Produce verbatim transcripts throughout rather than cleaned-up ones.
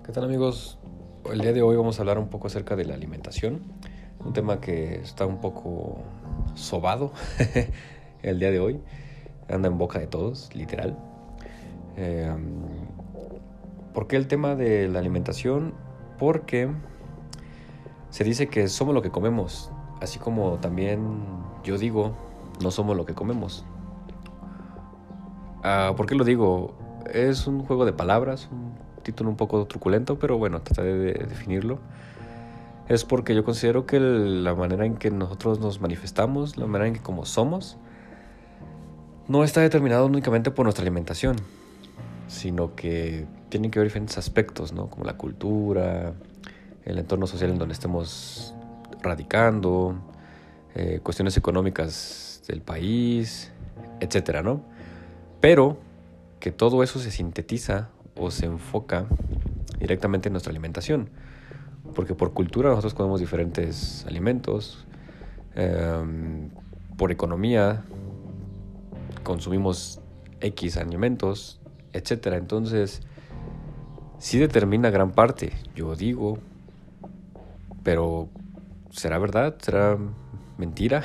¿Qué tal, amigos? El día de hoy vamos a hablar un poco acerca de la alimentación, un tema que está un poco sobado el día de hoy, anda en boca de todos, literal. Eh, ¿Por qué el tema de la alimentación? Porque se dice que somos lo que comemos, así como también yo digo, no somos lo que comemos. Ah, ¿por qué lo digo? Es un juego de palabras, un título un poco truculento, pero bueno, trataré de definirlo. Es porque yo considero que el- la manera en que nosotros nos manifestamos, la manera en que como somos, no está determinado únicamente por nuestra alimentación, sino que tienen que ver diferentes aspectos, ¿no? Como la cultura, el entorno social en donde estemos radicando, eh, cuestiones económicas del país, etcétera, ¿no? Pero que todo eso se sintetiza o se enfoca directamente en nuestra alimentación. Porque por cultura nosotros comemos diferentes alimentos, eh, por economía consumimos X alimentos, etcétera. Entonces, sí determina gran parte, yo digo, pero ¿será verdad? ¿Será mentira?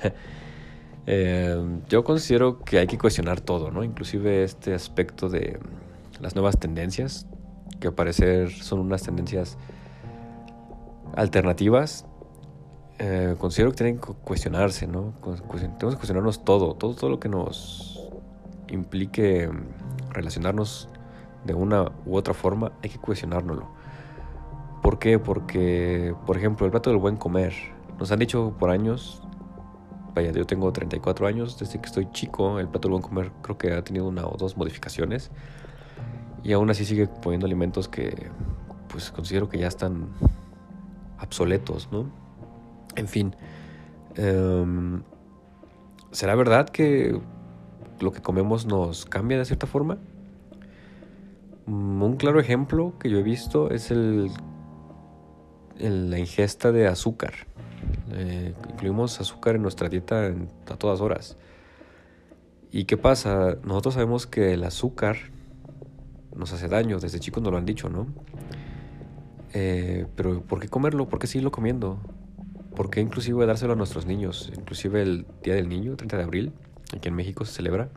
eh, yo considero que hay que cuestionar todo, ¿no? Inclusive este aspecto de las nuevas tendencias, que al parecer son unas tendencias alternativas. Eh, considero que tienen que cuestionarse, ¿no? Tenemos que cuestionarnos todo, todo, todo lo que nos implique relacionarnos de una u otra forma, hay que cuestionárnoslo. ¿Por qué? Porque, por ejemplo, el plato del buen comer. Nos han dicho por años, vaya, yo tengo treinta y cuatro años, desde que estoy chico, el plato del buen comer creo que ha tenido una o dos modificaciones. Y aún así sigue poniendo alimentos que, pues, considero que ya están obsoletos, ¿no? En fin, um, ¿será verdad que lo que comemos nos cambia de cierta forma? Um, un claro ejemplo que yo he visto es el, el la ingesta de azúcar. Eh, incluimos azúcar en nuestra dieta en, a todas horas. ¿Y qué pasa? Nosotros sabemos que el azúcar nos hace daño, desde chicos nos lo han dicho, ¿no? Eh, pero ¿por qué comerlo? ¿Por qué seguirlo comiendo? ¿Por qué inclusive dárselo a nuestros niños? Inclusive el Día del Niño, treinta de abril, aquí en México se celebra,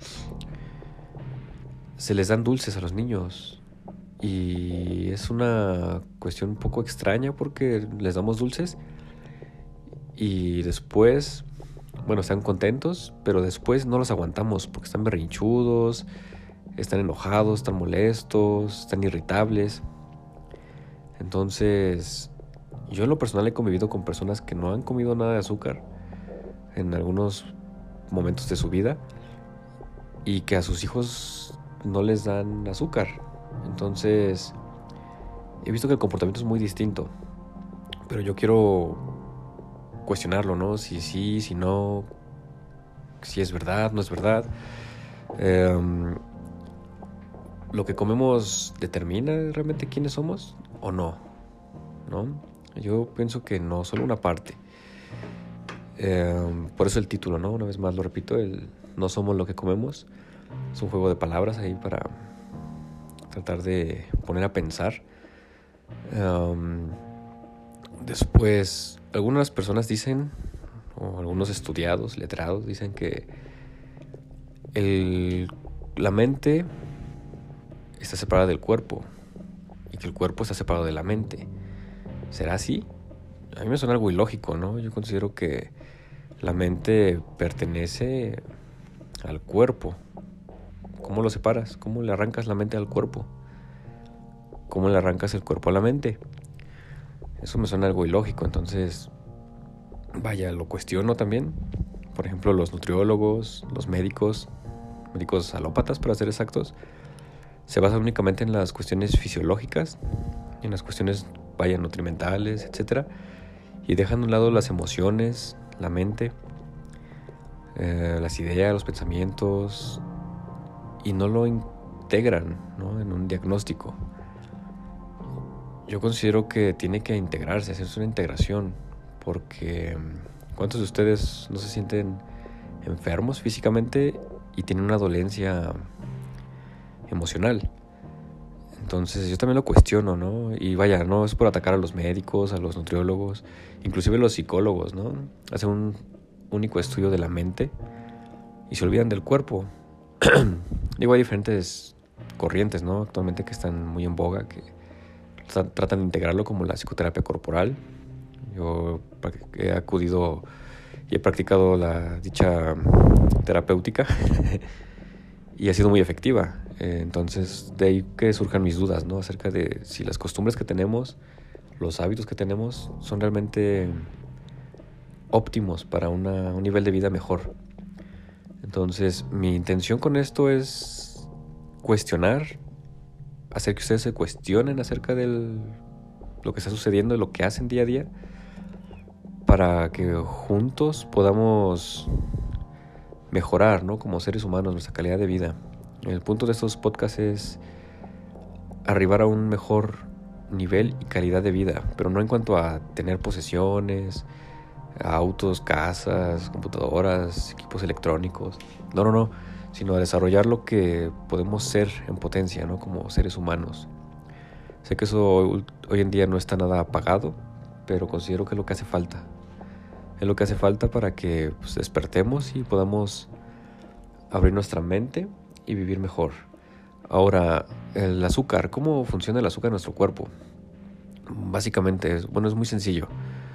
se les dan dulces a los niños. Y es una cuestión un poco extraña porque les damos dulces y después, bueno, están contentos, pero después no los aguantamos porque están berrinchudos, están enojados, están molestos, están irritables. Entonces, yo en lo personal he convivido con personas que no han comido nada de azúcar en algunos momentos de su vida y que a sus hijos no les dan azúcar. Entonces, he visto que el comportamiento es muy distinto, pero yo quiero cuestionarlo, ¿no? Si sí, si no, si es verdad, no es verdad. Eh, ¿Lo que comemos determina realmente quiénes somos o no? ¿No? Yo pienso que no, solo una parte. Eh, por eso el título, ¿no? Una vez más lo repito, el no somos lo que comemos. Es un juego de palabras ahí para tratar de poner a pensar. Um, después, algunas personas dicen, o algunos estudiados, letrados, dicen que el, la mente está separada del cuerpo y que el cuerpo está separado de la mente. ¿Será así? A mí me suena algo ilógico, ¿no? Yo considero que la mente pertenece al cuerpo. ¿Cómo lo separas? ¿Cómo le arrancas la mente al cuerpo? ¿Cómo le arrancas el cuerpo a la mente? Eso me suena algo ilógico, entonces, vaya, lo cuestiono también. Por ejemplo, los nutriólogos, los médicos, médicos alópatas para ser exactos, se basan únicamente en las cuestiones fisiológicas, en las cuestiones, vaya, nutrimentales, etcétera, y dejan a un lado las emociones, la mente, eh, las ideas, los pensamientos, y no lo integran, ¿no?, en un diagnóstico. Yo considero que tiene que integrarse, hacerse una integración, porque ¿cuántos de ustedes no se sienten enfermos físicamente y tienen una dolencia emocional? Entonces yo también lo cuestiono, ¿no? Y vaya, no es por atacar a los médicos, a los nutriólogos, inclusive los psicólogos, ¿no? Hacen un único estudio de la mente y se olvidan del cuerpo. Digo, hay diferentes corrientes, ¿no? Actualmente que están muy en boga, que tra- tratan de integrarlo, como la psicoterapia corporal. Yo he acudido y he practicado la dicha terapéutica y ha sido muy efectiva. Eh, entonces, de ahí que surjan mis dudas, ¿no? Acerca de si las costumbres que tenemos, los hábitos que tenemos, son realmente óptimos para una, un nivel de vida mejor. Entonces, mi intención con esto es cuestionar, hacer que ustedes se cuestionen acerca de lo que está sucediendo, de lo que hacen día a día, para que juntos podamos mejorar, ¿no? Como seres humanos, nuestra calidad de vida. El punto de estos podcasts es arribar a un mejor nivel y calidad de vida, pero no en cuanto a tener posesiones, autos, casas, computadoras, equipos electrónicos. No, no, no, sino a desarrollar lo que podemos ser en potencia, ¿no? Como seres humanos. Sé que eso hoy, hoy en día no está nada apagado, pero considero que es lo que hace falta. Es lo que hace falta para que pues, despertemos y podamos abrir nuestra mente y vivir mejor. Ahora, el azúcar, ¿cómo funciona el azúcar en nuestro cuerpo? Básicamente, es, bueno, es muy sencillo.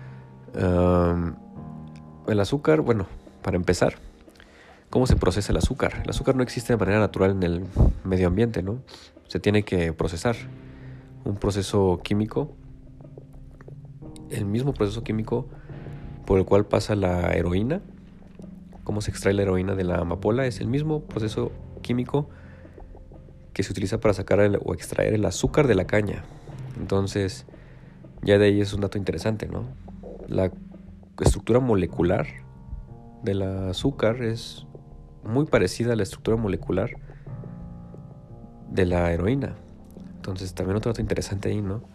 Um, el azúcar, bueno, para empezar, ¿cómo se procesa el azúcar? El azúcar no existe de manera natural en el medio ambiente, ¿no? Se tiene que procesar. Un proceso químico, el mismo proceso químico por el cual pasa la heroína. Cómo se extrae la heroína de la amapola es el mismo proceso químico que se utiliza para sacar el, o extraer el azúcar de la caña. Entonces, ya de ahí es un dato interesante, ¿no? La estructura molecular del azúcar es muy parecida a la estructura molecular de la heroína. Entonces, también otro dato interesante ahí, ¿no?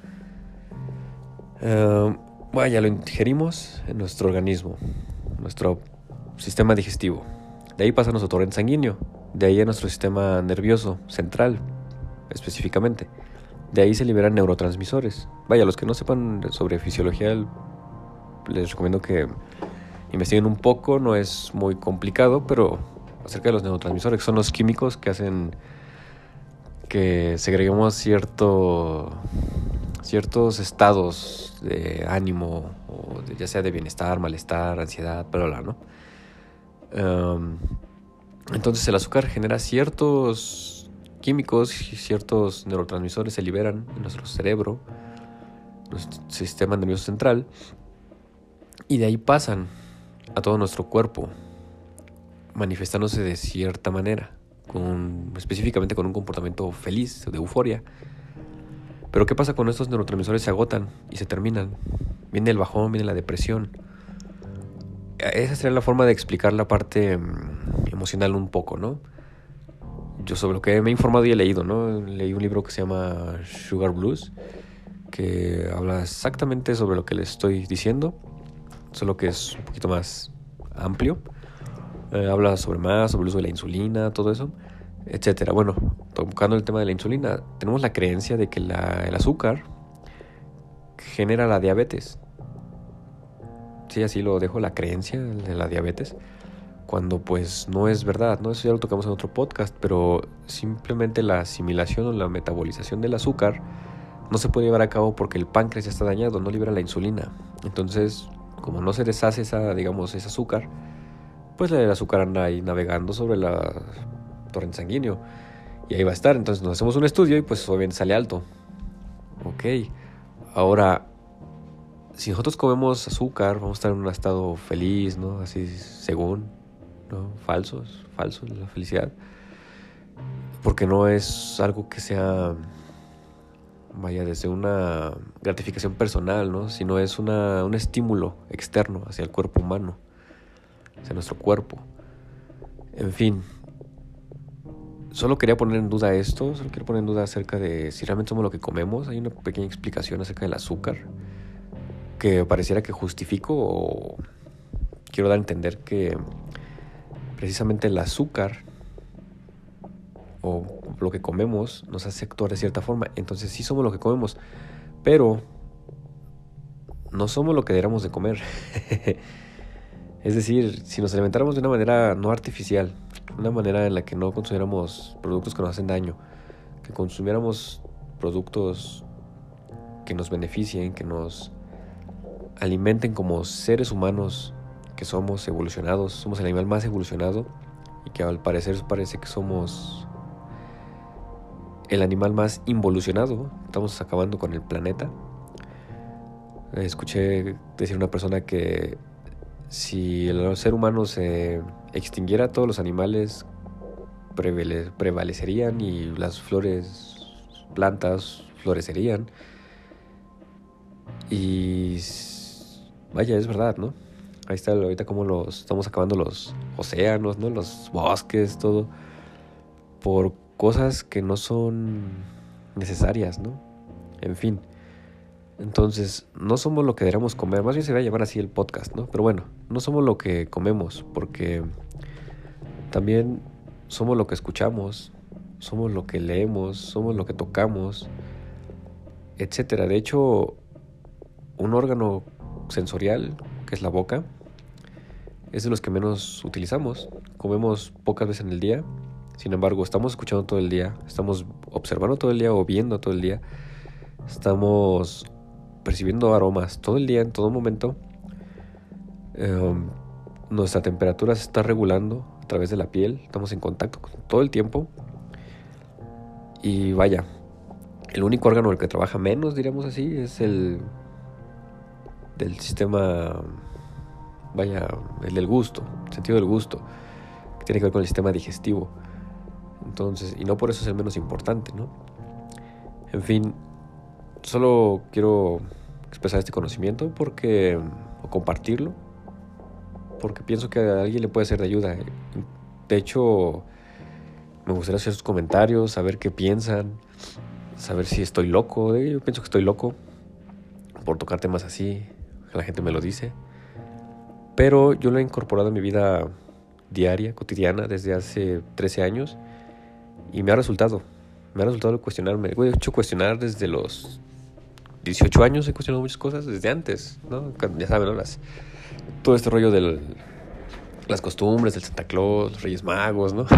Uh, bueno, ya lo ingerimos en nuestro organismo, nuestro sistema digestivo. De ahí pasa a nuestro torrente sanguíneo. De ahí a nuestro sistema nervioso central, específicamente. De ahí se liberan neurotransmisores. Vaya, los que no sepan sobre fisiología, les recomiendo que investiguen un poco. No es muy complicado, pero acerca de los neurotransmisores, que son los químicos que hacen que segreguemos cierto, ciertos estados de ánimo, o de, ya sea de bienestar, malestar, ansiedad, bla, bla, bla, ¿no? Um, entonces el azúcar genera ciertos químicos y ciertos neurotransmisores se liberan en nuestro cerebro, nuestro sistema nervioso central, y de ahí pasan a todo nuestro cuerpo, manifestándose de cierta manera, con, específicamente con un comportamiento feliz, de euforia. Pero ¿qué pasa cuando estos neurotransmisores se agotan y se terminan? Viene el bajón, viene la depresión. Esa sería la forma de explicar la parte emocional un poco, ¿no? Yo sobre lo que me he informado y he leído, ¿no? Leí un libro que se llama Sugar Blues, que habla exactamente sobre lo que les estoy diciendo, solo que es un poquito más amplio. Eh, habla sobre más, sobre el uso de la insulina, todo eso, etcétera. Bueno, tocando el tema de la insulina, tenemos la creencia de que la, el azúcar genera la diabetes. Sí, así lo dejo, la creencia de la diabetes, cuando pues no es verdad, ¿no? Eso ya lo tocamos en otro podcast, pero simplemente la asimilación o la metabolización del azúcar no se puede llevar a cabo porque el páncreas está dañado, no libera la insulina. Entonces, como no se deshace esa, digamos, ese azúcar, pues el azúcar anda ahí navegando sobre el torrente sanguíneo y ahí va a estar. Entonces nos hacemos un estudio y pues obviamente sale alto. Ok, ahora, si nosotros comemos azúcar, vamos a estar en un estado feliz, ¿no? Así según, ¿no? Falsos, falsos, la felicidad. Porque no es algo que sea, vaya, desde una gratificación personal, ¿no? Sino es una, un estímulo externo hacia el cuerpo humano, hacia nuestro cuerpo. En fin, solo quería poner en duda esto, solo quiero poner en duda acerca de si realmente somos lo que comemos. Hay una pequeña explicación acerca del azúcar que pareciera que justifico, o quiero dar a entender que precisamente el azúcar o lo que comemos nos hace actuar de cierta forma. Entonces sí somos lo que comemos, pero no somos lo que deberíamos de comer. Es decir, si nos alimentáramos de una manera no artificial, una manera en la que no consumiéramos productos que nos hacen daño, que consumiéramos productos que nos beneficien, que nos alimenten como seres humanos que somos evolucionados, somos el animal más evolucionado y que al parecer parece que somos el animal más involucionado. Estamos acabando con el planeta. Escuché decir una persona que si el ser humano se extinguiera, todos los animales prevale- prevalecerían y las flores, plantas florecerían. Y vaya, es verdad, ¿no? Ahí está ahorita como los estamos acabando los océanos, ¿no? Los bosques, todo, por cosas que no son necesarias, ¿no? En fin. Entonces, no somos lo que deberíamos comer. Más bien se va a llamar así el podcast, ¿no? Pero bueno, no somos lo que comemos, porque también somos lo que escuchamos, somos lo que leemos, somos lo que tocamos, etcétera. De hecho, un órgano sensorial, que es la boca, es de los que menos utilizamos. Comemos pocas veces en el día. Sin embargo, estamos escuchando todo el día, estamos observando todo el día o viendo todo el día. Estamos percibiendo aromas todo el día, en todo momento. Um, nuestra temperatura se está regulando a través de la piel. Estamos en contacto con todo el tiempo. Y vaya, el único órgano el que trabaja menos, diríamos así, es el del sistema, vaya, el del gusto, el sentido del gusto, que tiene que ver con el sistema digestivo. Entonces, y no por eso es el menos importante, ¿no? En fin, solo quiero expresar este conocimiento porque, o compartirlo, porque pienso que a alguien le puede ser de ayuda. De hecho, me gustaría hacer sus comentarios, saber qué piensan, saber si estoy loco. Yo pienso que estoy loco por tocar temas así, que la gente me lo dice. Pero yo lo he incorporado en mi vida diaria, cotidiana, desde hace trece años. Y me ha resultado, me ha resultado cuestionarme. He hecho cuestionar desde los dieciocho años, he cuestionado muchas cosas desde antes, ¿no? Ya saben, ¿no? Las, todo este rollo de las costumbres del Santa Claus, los Reyes Magos, ¿no?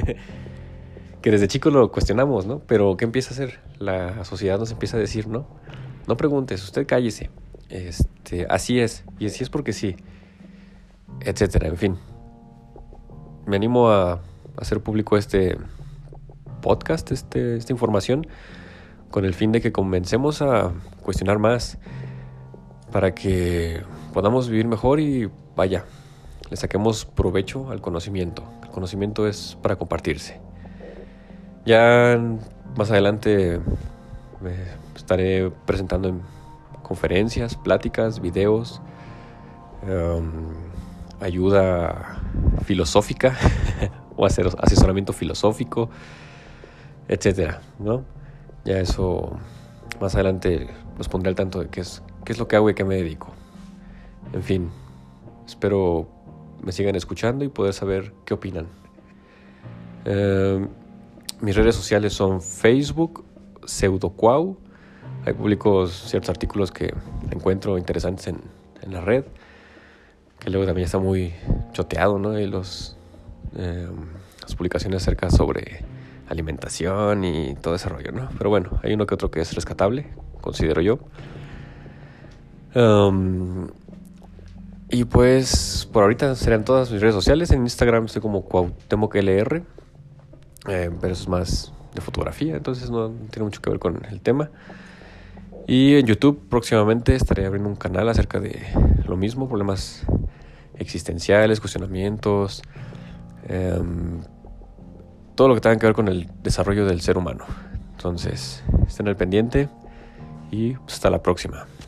Que desde chicos lo cuestionamos, ¿no? Pero ¿qué empieza a hacer? La sociedad nos empieza a decir, ¿no? No preguntes, usted cállese. Este, así es, y así es porque sí, etcétera, en fin. Me animo a hacer público este podcast, este, esta información, con el fin de que comencemos a cuestionar más, para que podamos vivir mejor y vaya, le saquemos provecho al conocimiento. El conocimiento es para compartirse. Ya más adelante me estaré presentando en conferencias, pláticas, videos, um, ayuda filosófica o asesoramiento filosófico, etcétera, ¿no? Ya eso más adelante los pondré al tanto de qué es, qué es lo que hago y a qué me dedico. En fin, espero me sigan escuchando y poder saber qué opinan. Eh, mis redes sociales son Facebook, pseudocuau. Ahí publico ciertos artículos que encuentro interesantes en, en la red, que luego también está muy choteado, ¿no? Y los, eh, las publicaciones acerca sobre alimentación y todo ese rollo, ¿no? Pero bueno, hay uno que otro que es rescatable, considero yo. Um, y pues por ahorita serán todas mis redes sociales. En Instagram estoy como Cuauhtémoc L R, eh, pero eso es más de fotografía, entonces no tiene mucho que ver con el tema. Y en YouTube próximamente estaré abriendo un canal acerca de lo mismo, problemas existenciales, cuestionamientos, eh, todo lo que tenga que ver con el desarrollo del ser humano. Entonces, estén al pendiente y hasta la próxima.